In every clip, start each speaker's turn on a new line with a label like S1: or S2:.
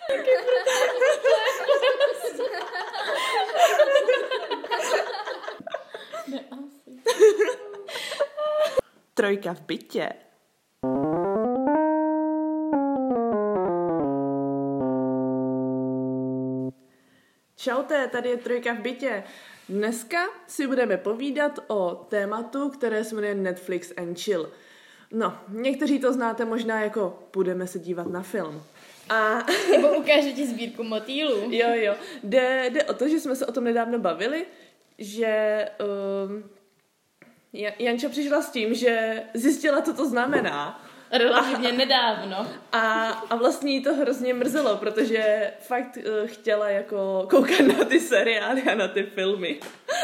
S1: Trojka v bytě. Čaute, tady je Trojka v bytě. Dneska si budeme povídat o tématu, které se jmenuje Netflix and Chill. No, někteří to znáte možná jako půjdeme se dívat na film.
S2: Nebo ukážu ti sbírku motýlů.
S1: Jo. Jde o to, že jsme se o tom nedávno bavili, že Janča přišla s tím, že zjistila, co to znamená.
S2: Relativně nedávno.
S1: A vlastně jí to hrozně mrzelo, protože fakt chtěla jako koukat na ty seriály a na ty filmy.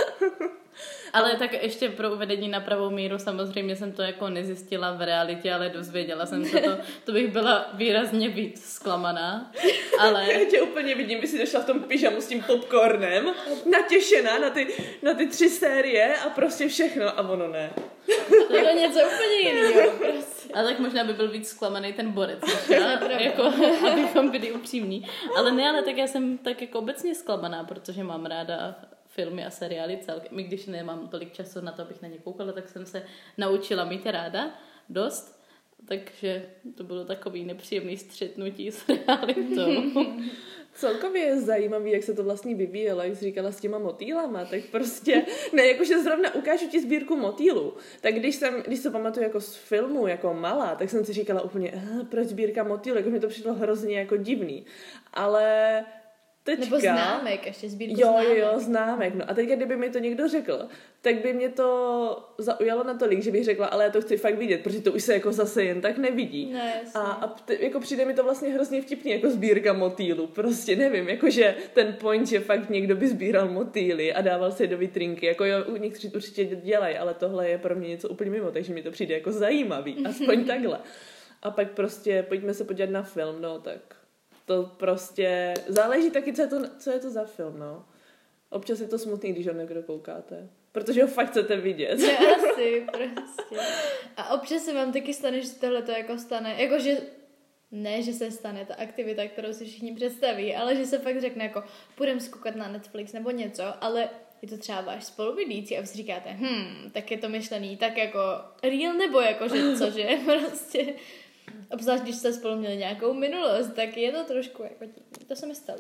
S2: Ale tak ještě pro uvedení na pravou míru, samozřejmě jsem to jako nezjistila v realitě, ale dozvěděla jsem se to bych byla výrazně víc zklamaná, ale...
S1: Já tě úplně vidím, by si došla v tom pyžamu s tím popcornem, natěšená na ty 3 série a prostě všechno, a ono ne.
S2: To je něco úplně jiného, prostě. A tak možná by byl víc zklamaný ten borec, jako, abychom byli upřímní. Ale tak já jsem tak jako obecně zklamaná, protože mám ráda filmy a seriály celkem. I když nemám tolik času na to, abych na ně koukala, tak jsem se naučila mít ráda dost. Takže to bylo takový nepříjemný střetnutí s realitou.
S1: Celkově je zajímavý, jak se to vlastně vyvíjelo, jak jsi říkala s těma motýlama, tak prostě, ne, jakože zrovna ukážu ti sbírku motýlů, tak když se pamatuju jako z filmu, jako malá, tak jsem si říkala úplně, proč sbírka motýlů, jako mi to přišlo hrozně jako divný, ale teďka...
S2: Nebo známek, ještě sbírku známek.
S1: Jo, známek. No a teďka, kdyby mi to někdo řekl, tak by mě to zaujalo natolik, že bych řekla, ale já to chci fakt vidět, protože to už se jako zase jen tak nevidí.
S2: No,
S1: Jako přijde mi to vlastně hrozně vtipný, jako sbírka motýlů. Prostě nevím, jakože ten point, že fakt někdo by sbíral motýly a dával si je do vitrinky. Jako jo, někteří určitě dělají, ale tohle je pro mě něco úplně mimo, takže mi to přijde jako zajímavý. Aspoň takhle. A pak prostě pojďme se podívat na film, no tak... To prostě záleží taky, co je to za film, no. Občas je to smutný, když ho někdo koukáte. Protože ho fakt chcete vidět.
S2: Asi, prostě. A občas se vám taky stane, že tohle to jako stane, jakože ne, že se stane ta aktivita, kterou si všichni představí, ale že se fakt řekne jako, půjdeme zkoukat na Netflix nebo něco, ale je to třeba váš spoluvidící a vy si říkáte, tak je to myšlený tak jako real nebo jako, že cože, prostě... Obzvlášť, když jste spolu měli nějakou minulost, tak je to trošku jako to se mi stalo.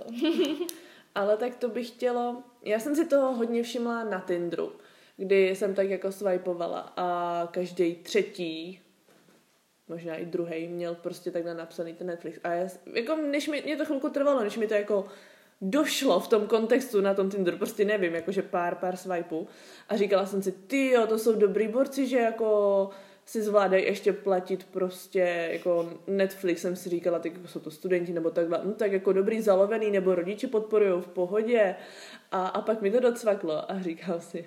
S1: Ale tak to bych chtělo... Já jsem si toho hodně všimla na Tinderu, kdy jsem tak jako swipeovala a každý třetí, možná i druhý, měl prostě takhle napsaný ten Netflix. A já, jako, než mě to chvilku trvalo, než mi to jako došlo v tom kontextu na tom Tinderu, prostě nevím, jakože pár swipeů. A říkala jsem si, tyjo, to jsou dobrý borci, že jako... si zvládají ještě platit prostě jako Netflix, jsem si říkala, tak jako jsou to studenti nebo takhle, no tak jako dobrý zalovený, nebo rodiče podporujou v pohodě a pak mi to docvaklo a říkal si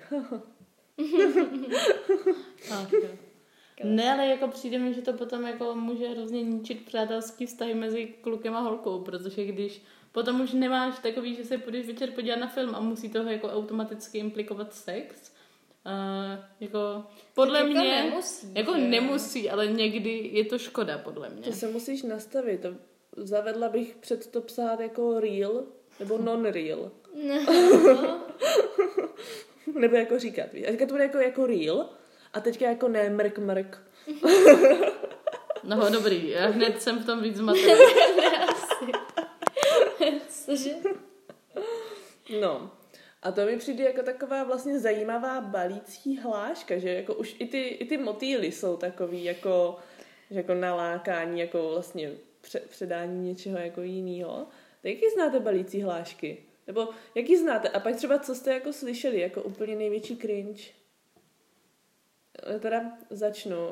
S2: Ne, ale jako přijde mi, že to potom jako může hrozně ničit přátelský vztahy mezi klukem a holkou, protože když potom už nemáš takový, že se půjdeš večer podívat na film a musí toho jako automaticky implikovat sex, jako podle jako
S1: mě
S2: nemusí,
S1: jako nemusí, ale někdy je to škoda podle mě. To se musíš nastavit. Zavedla bych před to psát jako real nebo non-real.
S2: No.
S1: Nebo jako říkat. A teďka to bude jako real a teďka jako ne mrk.
S2: No dobrý, já hned jsem v tom víc zmatená. Cože?
S1: No. A to mi přijde jako taková vlastně zajímavá balící hláška, že jako už i ty motýly jsou takový jako nalákání, jako vlastně předání něčeho jako jinýho. Tak jaký znáte balící hlášky? Nebo jaký znáte? A pak třeba co jste jako slyšeli, jako úplně největší cringe? Já teda začnu.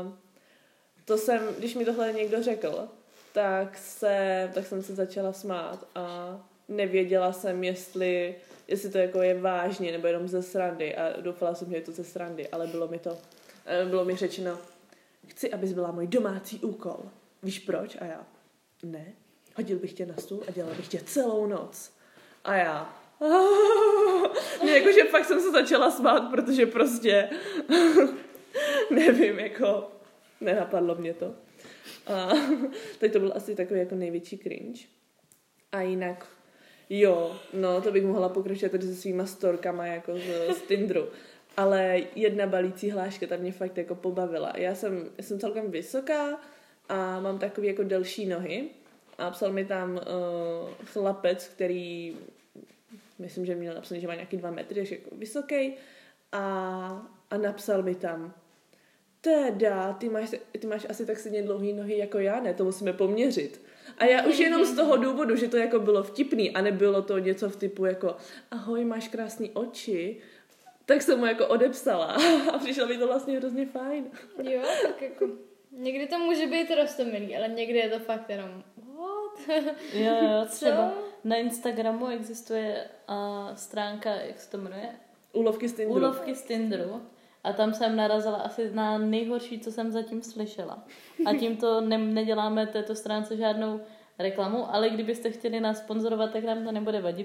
S1: Když mi tohle někdo řekl, tak jsem se začala smát a nevěděla jsem, jestli to jako je vážně, nebo jenom ze srandy. A doufala jsem, že je to ze srandy, ale bylo mi řečeno, chci, abys byla můj domácí úkol. Víš proč? A já, ne. Hodil bych tě na stůl a dělal bych tě celou noc. A já, jakože fakt jsem se začala smát, protože prostě nevím, jako nenapadlo mě to. A teď to byl asi takový jako největší cringe. A jinak, jo, no to bych mohla pokračovat tady se svýma storkama jako z Tinderu. Ale jedna balící hláška, ta mě fakt jako pobavila. Já jsem celkem vysoká a mám takový jako delší nohy. A psal mi tam chlapec, který myslím, že měl napsaný, že má nějaký 2 metry, takže jako vysoký. A napsal mi tam: teda, ty máš asi tak stejně dlouhý nohy jako já, ne? To musíme poměřit. A já už jenom z toho důvodu, že to jako bylo vtipný a nebylo to něco v typu jako ahoj, máš krásný oči, tak jsem mu jako odepsala a přišlo mi to vlastně hrozně fajn.
S2: Jo, tak jako někdy to může být roztomilý, ale někdy je to fakt jenom what?
S3: Jo, třeba na Instagramu existuje stránka, jak se to jmenuje?
S1: Úlovky
S3: z Tinderu. A tam jsem narazila asi na nejhorší, co jsem zatím slyšela. A tímto neděláme této stránce žádnou reklamu, ale kdybyste chtěli nás sponzorovat, tak nám to nebude vadit.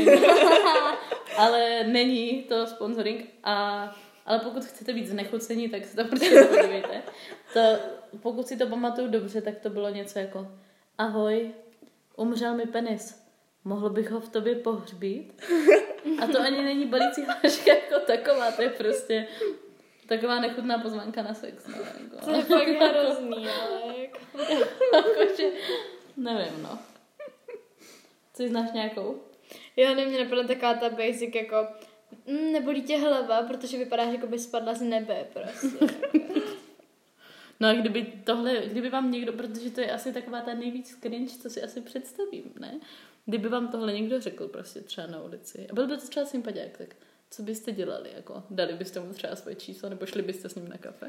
S3: Ale není to sponsoring. Ale pokud chcete být znechucení, tak se to prostě podívejte. Pokud si to pamatuju dobře, tak to bylo něco jako ahoj, umřel mi penis. Mohl bych ho v tobě pohřbít? A to ani není balící hláška jako taková, to je prostě taková nechutná pozvánka na sex. No, jako.
S2: To je fakt hrozný, ale
S3: jakože, nevím, no. Ty znáš nějakou?
S2: Jo, ne, mě napadla taková ta basic jako nebolí tě hlava, protože vypadáš, jako by spadla z nebe prostě.
S3: No a kdyby vám někdo, protože to je asi taková ta nejvíc cringe, co si asi představím, ne? Kdyby vám tohle někdo řekl prostě třeba na ulici a byl by to třeba sympatiák, tak co byste dělali? Jako, dali byste mu třeba svoje číslo nebo šli byste s ním na kafe?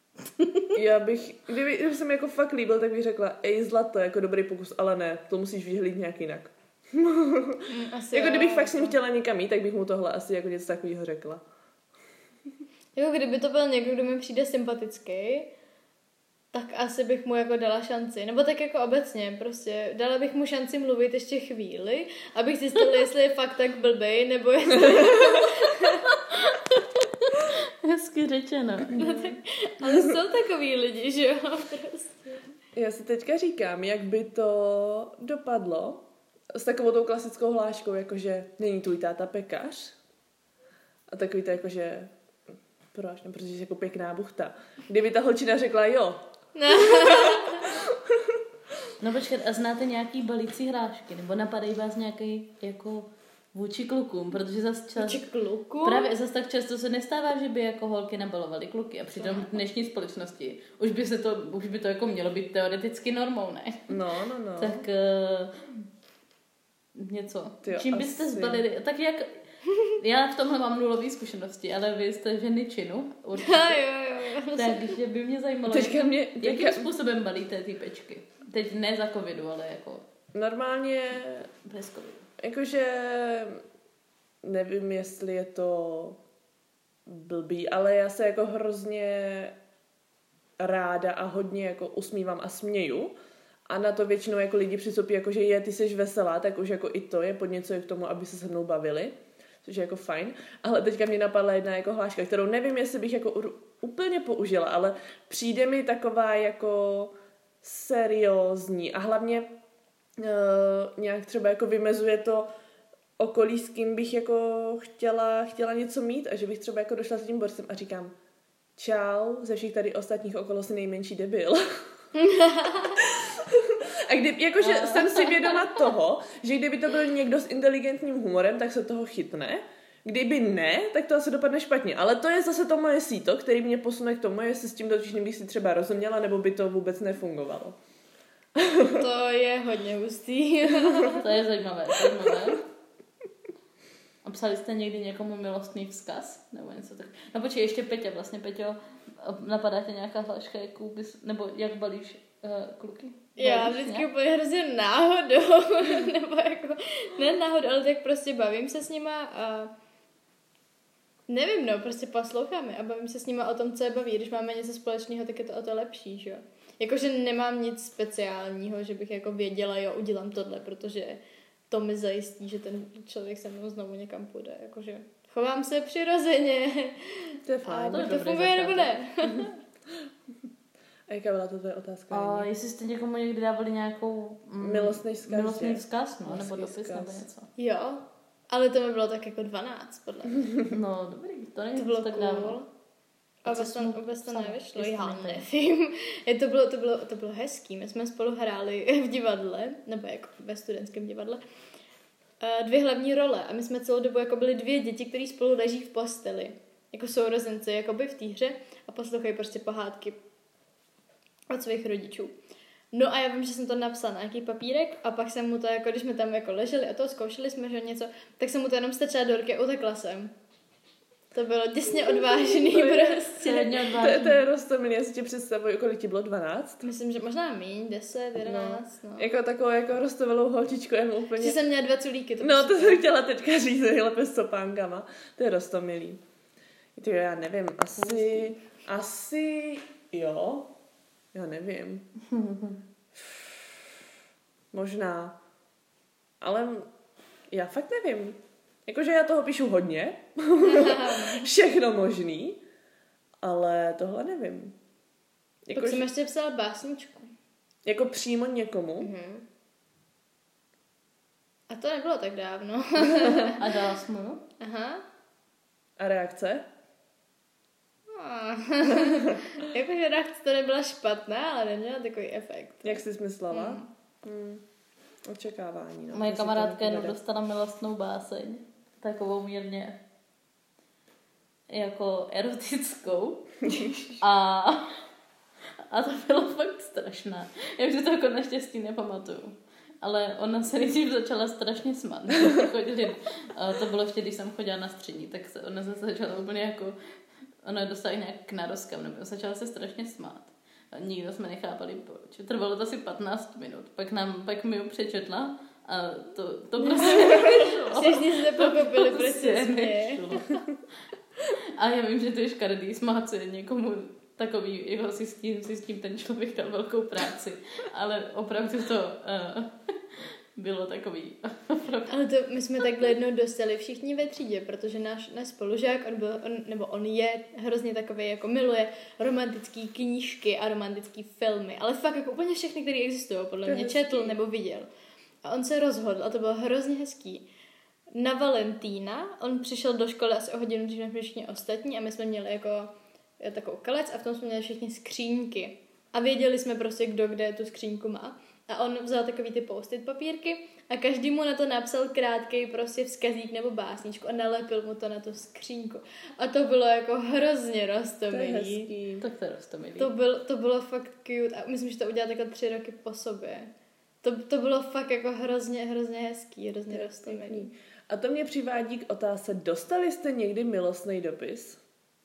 S1: Kdyby se mi jako fakt líbil, tak bych řekla, ej zlato, jako dobrý pokus, ale ne, to musíš vyhlídnout nějak jinak. Jako kdybych fakt s ním chtěla někam jít, tak bych mu tohle asi jako něco takového řekla.
S2: Jako kdyby to byl někdo, kdo mi přijde sympatický, tak asi bych mu jako dala šanci. Nebo tak jako obecně, prostě dala bych mu šanci mluvit ještě chvíli, abych zjistila, jestli je fakt tak blbej, nebo jestli...
S3: Hezky řečeno.
S2: No tak, ale jsou takový lidi, že jo? Prostě.
S1: Já si teďka říkám, jak by to dopadlo s takovou tou klasickou hláškou, jakože není tvůj táta pekař. A takový to jakože proč? No, protože jsi jako pěkná buchta. Kdyby ta holčina řekla jo.
S3: No počkat, a znáte nějaký balící hlášky? Nebo napadají vás nějaký jako vůči klukům? Protože
S2: vůči klukům?
S3: Právě zase tak často se nestává, že by jako holky nabalovaly kluky. A přitom v dnešní společnosti už by to jako mělo být teoreticky normou, ne?
S1: No.
S3: Tak něco.
S1: Tyjo,
S3: čím byste zbalili? Tak jak... Já v tomhle mám nulový zkušenosti, ale vy jste ženy činu. Určitě.
S2: Jo.
S3: Takže by mě zajímalo, jakým způsobem balíte ty pečky? Teď ne za covidu, ale jako...
S1: Normálně...
S3: Bez covidu.
S1: Jakože... Nevím, jestli je to blbý, ale já se jako hrozně ráda a hodně jako usmívám a směju. A na to většinou jako lidi přistoupí, jako že ty jsi veselá, tak už jako i to je podněcuje k tomu, aby se se mnou bavili. Což je jako fajn. Ale teďka mě napadla jedna jako hláška, kterou nevím, jestli bych jako úplně použila, ale přijde mi taková jako seriózní a hlavně nějak třeba jako vymezuje to okolí, s kým bych jako chtěla něco mít a že bych třeba jako došla s tím borcem a říkám čau, ze všech tady ostatních okolo si nejmenší debil. A jakože jsem si vědoma toho, že kdyby to byl někdo s inteligentním humorem, tak se toho chytne. Kdyby ne, tak to asi dopadne špatně. Ale to je zase to moje síto, který mě posune k tomu, jestli s tím dotyčným bych si třeba rozuměla, nebo by to vůbec nefungovalo.
S2: To je hodně hustý.
S3: To je zajímavé. A psali jste někdy někomu milostný vzkaz? Nebo něco tak? No počkej, ještě Peťa. Vlastně, Peťo, napadá tě nějaká hláška, nebo jak balíš kluky?
S2: Já vždycky úplně hrozně náhodou, nebo jako, ne náhodou, ale tak prostě bavím se s nima a nevím, no, prostě posloucháme a bavím se s nima o tom, co je baví. Když máme něco společného, tak je to o to lepší, že jo. Jakože nemám nic speciálního, že bych jako věděla, jo, udělám tohle, protože to mi zajistí, že ten člověk se mnou znovu někam půjde, jakože chovám se přirozeně.
S1: To je fajn.
S2: To funguje nebo ne?
S1: A jaká byla to tvoje otázka?
S3: A jestli jste někomu někdy dávali nějakou milostný vzkaz, no, nebo dopis, nebo něco.
S2: Jo, ale to mi bylo tak jako 12, podle mě.
S3: No, dobrý, to není
S2: To bylo
S3: tak
S2: cool.
S3: dávno.
S2: A vůbec to nevyšlo, já nevím. To bylo hezký, my jsme spolu hráli v divadle, nebo jako ve studentském divadle, 2 hlavní role a my jsme celou dobu jako byli 2 děti, které spolu leží v posteli, jako sourozenci, jako by v té hře a poslouchají prostě pohádky od svých rodičů. No a já vím, že jsem to napsala na nějaký papírek a pak jsem mu to, jako když jsme tam jako leželi a to zkoušeli jsme, že něco, tak jsem mu to jenom strčila do ruky a utekla jsem. To bylo děsně odvážný prostě.
S1: To je roztomilý, já si tě představuji, kolik ti bylo 12?
S2: Myslím, že možná míň, 10, 11, no.
S1: Jako takovou jako rostovelou holčičku, jen úplně...
S2: Že jsem měla 2 culíky.
S1: No, to jsem chtěla teďka říct, lépe s copánkama. To je roztomilý. Tyjo, já nevím, asi jo. Já nevím. Možná. Ale já fakt nevím. Jakože já toho píšu hodně. Všechno možný. Ale tohle nevím.
S2: Pak jsem ještě psala básničku.
S1: Jako přímo někomu.
S2: Mhm. A to nebylo tak dávno.
S3: A dala jsi mu?
S2: Aha.
S1: A reakce?
S2: Jakože reakce to nebyla špatná, ale neměla takový efekt.
S1: Jak jsi myslela? Očekávání. No.
S3: Moje kamarádka jenom dostala milostnou báseň. Takovou mírně jako erotickou. A to bylo fakt strašná. Já už to jako naštěstí nepamatuju. Ale ona se nejdřív začala strašně smát. To bylo ještě, když jsem chodila na střední, tak se ona zase začala úplně jako... Ona dostala nějak k narozkám, nebo začala se strašně smát. A nikdo jsme nechápali proč. Trvalo to asi 15 minut. Pak mi ji přečetla a to prostě nešlo.
S2: Všichni jste pochopili, proč se směje.
S3: A já vím, že to je škaredý smát se někomu takový, jeho si s tím ten člověk dal velkou práci. Ale opravdu to bylo takový.
S2: Ale to my jsme takhle jednou dostali všichni ve třídě, protože náš spolužák, on je hrozně takový, jako miluje romantický knížky a romantický filmy, ale fakt jako úplně všechny, které existují, podle mě četl nebo viděl. A on se rozhodl a to bylo hrozně hezký. Na Valentína, on přišel do školy asi o hodinu dřív než všichni ostatní a my jsme měli jako takovou kalec a v tom jsme měli všichni skříňky. A věděli jsme prostě, kdo kde tu skříňku má. A on vzal takový ty post-it papírky a každý mu na to napsal krátkej prostě vzkazík nebo básničku a nalepil mu to na tu skřínku. A to bylo jako hrozně roztomilý.
S1: To je hezký.
S3: Tak to je roztomilý.
S2: To bylo fakt cute a myslím, že to udělal takhle 3 roky po sobě. To bylo fakt jako hrozně hezký, hrozně roztomilý.
S1: A to mě přivádí k otázce, dostali jste někdy milostný dopis?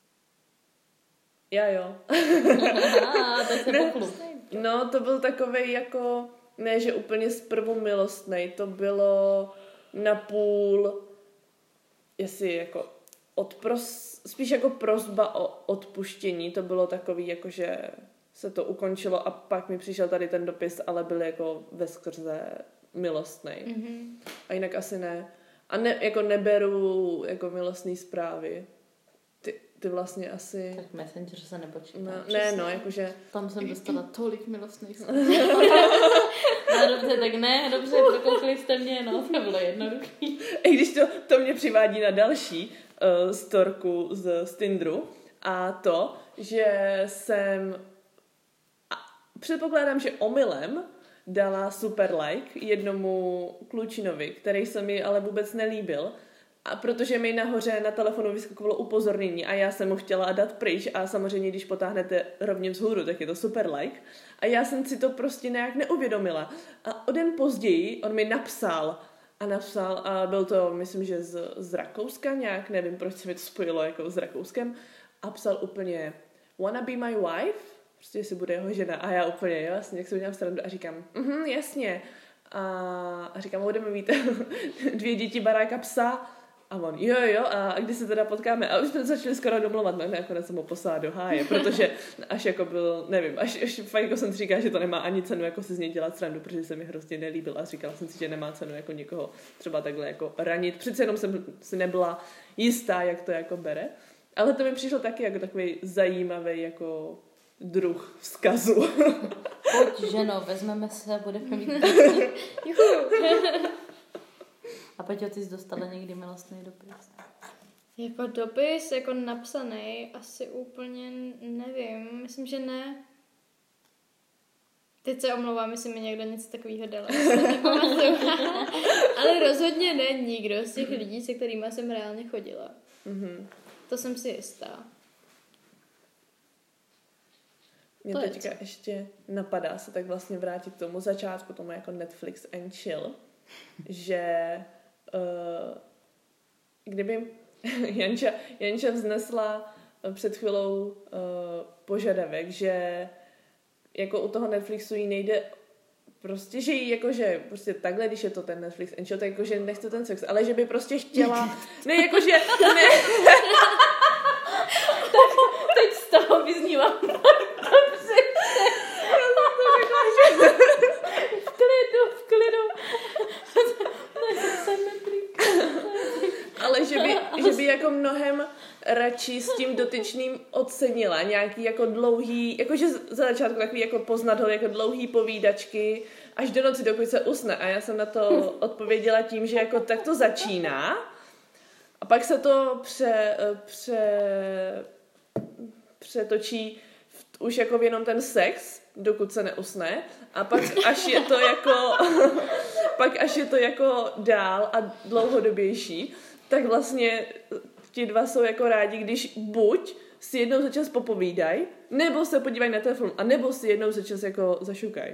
S1: Já jo.
S3: To se pochlup.
S1: No, to byl takovej jako, ne, že úplně zprvu milostnej, to bylo napůl, jestli jako spíš jako prosba o odpuštění, to bylo takový jako, že se to ukončilo a pak mi přišel tady ten dopis, ale byl jako veskrze milostnej. Mm-hmm. A jinak asi ne. A ne, jako neberu jako milostný zprávy. Ty vlastně asi...
S3: Tak Messenger se nepočítá.
S1: No, jakože...
S3: Tam jsem dostala tolik milostných slov. No dobře, tak ne, dobře, prokoukli jste mě, no, to bylo jednoduchý.
S1: I když to mě přivádí na další storku z Tinderu a to, že jsem... Předpokládám, že omylem dala super like jednomu klučinovi, který se mi ale vůbec nelíbil. A protože mi nahoře na telefonu vyskakovalo upozornění a já jsem mu chtěla dát pryč a samozřejmě, když potáhnete rovně vzhůru, tak je to super like. A já jsem si to prostě nějak neuvědomila. A o den později on mi napsal a byl to, myslím, že z Rakouska nějak, nevím, proč se mi to spojilo jako s Rakouskem, a psal úplně wanna be my wife? Prostě jestli bude jeho žena. A já úplně, jasně, jak se udělám srandu a říkám, jasně. A říkám, budeme mít 2 děti, baráka, psa. A on, jo, a kdy se teda potkáme? A už jsme začali skoro domluvat, no nakonec jsem ho poslala do háje, protože až jako byl, nevím, až fakt jako jsem si říkala, že to nemá ani cenu jako se z něj dělat srandu, protože se mi hrozně nelíbil a říkala jsem si, že nemá cenu jako někoho třeba takhle jako ranit. Přece jenom jsem si nebyla jistá, jak to jako bere. Ale to mi přišlo taky jako takový zajímavý jako druh vzkazu.
S3: Pojď, ženo, vezmeme se, budeme mít A Peťo, ty jsi dostala někdy milostný dopis?
S2: Jako dopis, jako napsaný, asi úplně nevím. Myslím, že ne. Teď se omlouvám, jestli mi někdo něco takového dal. Ale rozhodně ne nikdo z těch lidí, se kterými jsem reálně chodila.
S1: Mm-hmm.
S2: To jsem si jistá.
S1: Mě teďka ještě napadá se tak vlastně vrátit k tomu začátku, tomu jako Netflix and chill, že kdyby Janča vznesla před chvilou požadavek, že jako u toho Netflixu jí nejde prostě, že jí jakože prostě takhle, když je to ten Netflix and chill, tak jakože nechce ten sex, ale že by prostě chtěla, ne jakože, ne.
S3: Teď z toho vyznívám. V klidu.
S1: Ale že by jako mnohem radši s tím dotyčným ocenila nějaký jako dlouhý, jakože za začátku takový jako poznat ho, jako dlouhý povídačky až do noci, dokud se usne. A já jsem na to odpověděla tím, že jako tak to začíná a pak se to přetočí už jako v jenom ten sex, dokud se neusne, a pak až je to jako dál a dlouhodobější, tak vlastně ti dva jsou jako rádi, když buď si jednou za čas popovídají, nebo se podívají na ten film, a nebo si jednou za čas jako zašukají.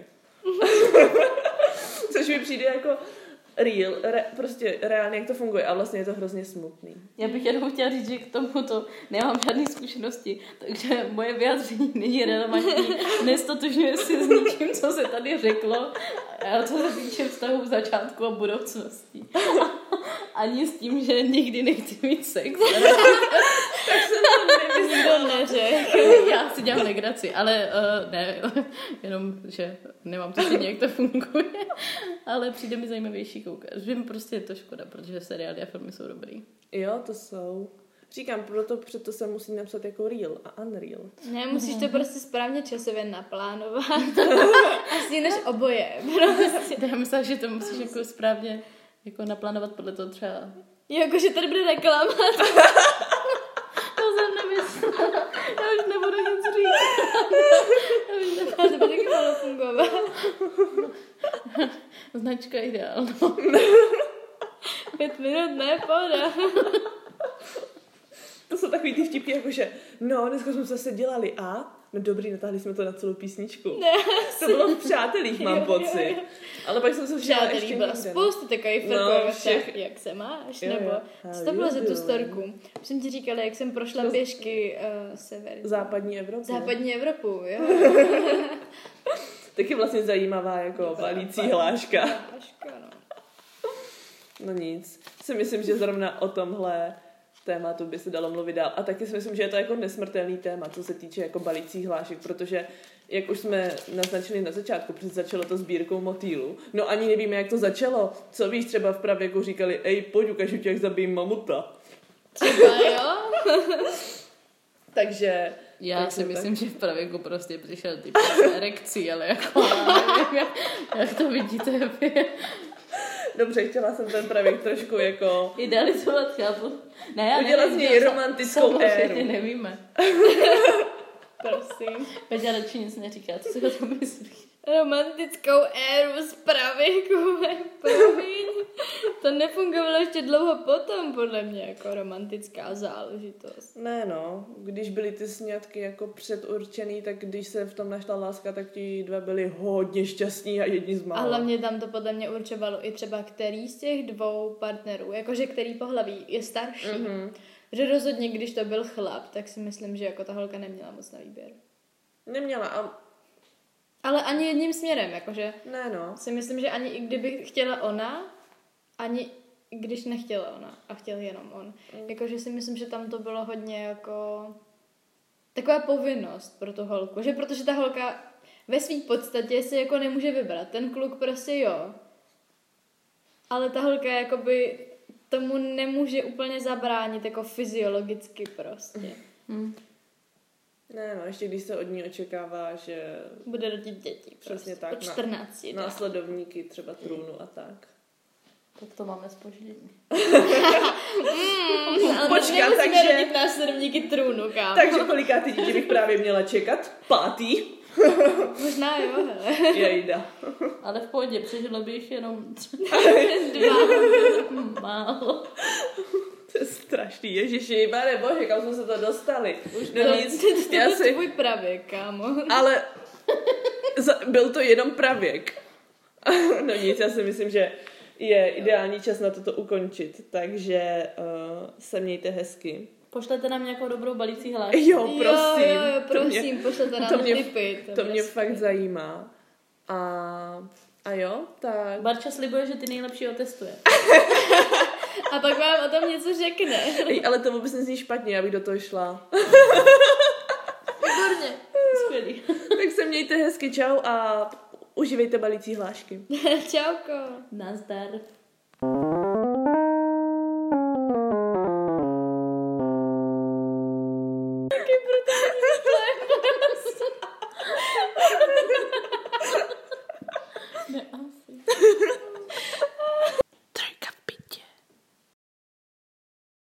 S1: Což mi přijde jako real, prostě reálně, jak to funguje, a vlastně je to hrozně smutný.
S3: Já bych jenom chtěla říct, že k tomuto nemám žádné zkušenosti, takže moje vyjádření není relevantní, nestotožňuje si s ničím, co se tady řeklo, a co se týče vztahu v začátku a budoucnosti. Ani s tím, že nikdy nechci mít sex.
S1: Tak jsem to
S2: Nikdo neřekl.
S3: Já si dělám legraci, ale ne, jenom, že nemám tušení, jak to funguje, ale přijde mi zajímavější koukat. Že mi prostě je to škoda, protože seriály a filmy jsou dobrý.
S1: Jo, to jsou. Říkám, proto se musí napsat jako real a unreal.
S2: Ne, musíš to prostě správně časově naplánovat. A stíneš oboje. Prostě.
S3: Já myslím, že to musíš jako správně jako naplánovat podle toho třeba.
S2: Jakože tady bude reklama.
S3: To jsem nemyslela. Já už nebudu nic říct.
S2: A to by taky mohlo fungovat.
S3: Značka ideál.
S2: 5 minut, ne, pohoda.
S1: To jsou takový ty vtipy, jakože, no, dneska jsme zase dělali no dobrý, natáhli jsme to na celou písničku.
S2: Ne,
S1: to bylo v Přátelích, mám pocit.
S2: Jo.
S1: Ale pak jsem se vžila ještě
S2: Přátelí byla
S1: někde.
S2: spoustu takových filmů, jak se máš,
S1: Jo,
S2: nebo
S1: jo.
S2: co to bylo za tu storku? Už jsem ti říkala, jak jsem prošla pěšky
S1: Západní Evropu.
S2: Západní Evropu, jo.
S1: Taky vlastně zajímavá jako balící hláška.
S2: No.
S1: No nic. Si myslím, že zrovna o tomhle tématu by se dalo mluvit dál. A taky si myslím, že je to jako nesmrtelný téma, co se týče jako balících hlášek, protože jak už jsme naznačili na začátku, protože začalo to sbírkou motýlů. No ani nevíme, jak to začalo. Co víš, třeba v pravěku říkali, ej, pojď, ukážu ti, jak zabijím mamuta.
S2: Třeba jo.
S1: Takže...
S3: Já si myslím, že v pravěku prostě přišel typ erekcí, ale jako nevím, jak to vidíte vy.
S1: Dobře, chtěla jsem ten pravěk trošku jako...
S3: Idealizovat, chápu. Ne, já
S1: udělat z něj romantickou éru.
S3: Nevíme.
S2: Prosím.
S3: Peťa radši nic neříká, co si o tom myslíš?
S2: Romantickou éru z pravěku, promiň. To nefungovalo ještě dlouho potom, podle mě, jako romantická záležitost.
S1: Ne no, když byly ty sňatky jako předurčený, tak když se v tom našla láska, tak ti dva byli hodně šťastní a jedni z mála.
S2: A hlavně tam to podle mě určovalo i třeba který z těch dvou partnerů, jakože který pohlaví je starší. Mm-hmm. Že rozhodně, když to byl chlap, tak si myslím, že jako ta holka neměla moc na výběr.
S1: Neměla,
S2: ale ani jedním směrem, jakože
S1: ne no.
S2: si myslím, že ani i kdyby chtěla ona, ani když nechtěla ona a chtěl jenom on. Jakože si myslím, že tam to bylo hodně jako taková povinnost pro tu holku, že protože ta holka ve své podstatě si jako nemůže vybrat, ten kluk prostě jo. Ale ta holka jakoby tomu nemůže úplně zabránit jako fyziologicky prostě.
S1: Ne, no, ještě když se od ní očekává, že
S2: Bude rodit děti.
S1: Přesně
S2: prostě.
S1: tak,
S2: Po 14.
S1: následovníky třeba trůnu a tak.
S3: Tak to máme spoždění.
S2: Ale
S1: Počkat,
S2: nemusíme
S1: takže-
S2: rodit následovníky trůnu, kámo.
S1: Takže kolikátý dítě bych právě měla čekat? 5.
S2: Možná jo, hele.
S1: Jejda.
S3: Ale v pohodě, přežilo by jich jenom
S2: 2.
S3: málo.
S1: To je strašný, ježiši, pane bože, kam jsme se to dostali. Už no
S2: To
S1: nic,
S2: je
S1: já si,
S2: tvůj pravěk, kámo.
S1: ale byl to jenom pravěk. No nic, já si myslím, že je ideální čas na toto ukončit, takže se mějte hezky.
S3: Pošlete nám nějakou dobrou balící hlášku.
S1: Jo, prosím.
S2: Jo,
S1: to mě-
S2: prosím, pošlete nám
S1: to mě-
S2: tipy.
S1: To mě
S2: bude
S1: fakt zajímá. A jo, tak...
S3: Barča slibuje, že ty nejlepší otestuje.
S2: A pak vám o tom něco řekne.
S1: Ej, ale to vůbec nezní špatně, já bych do toho šla.
S2: Výborně.
S3: Skvělý.
S1: Tak se mějte hezky, čau a užívejte balící hlášky.
S2: Čauko.
S3: Nazdar. Ne, asi.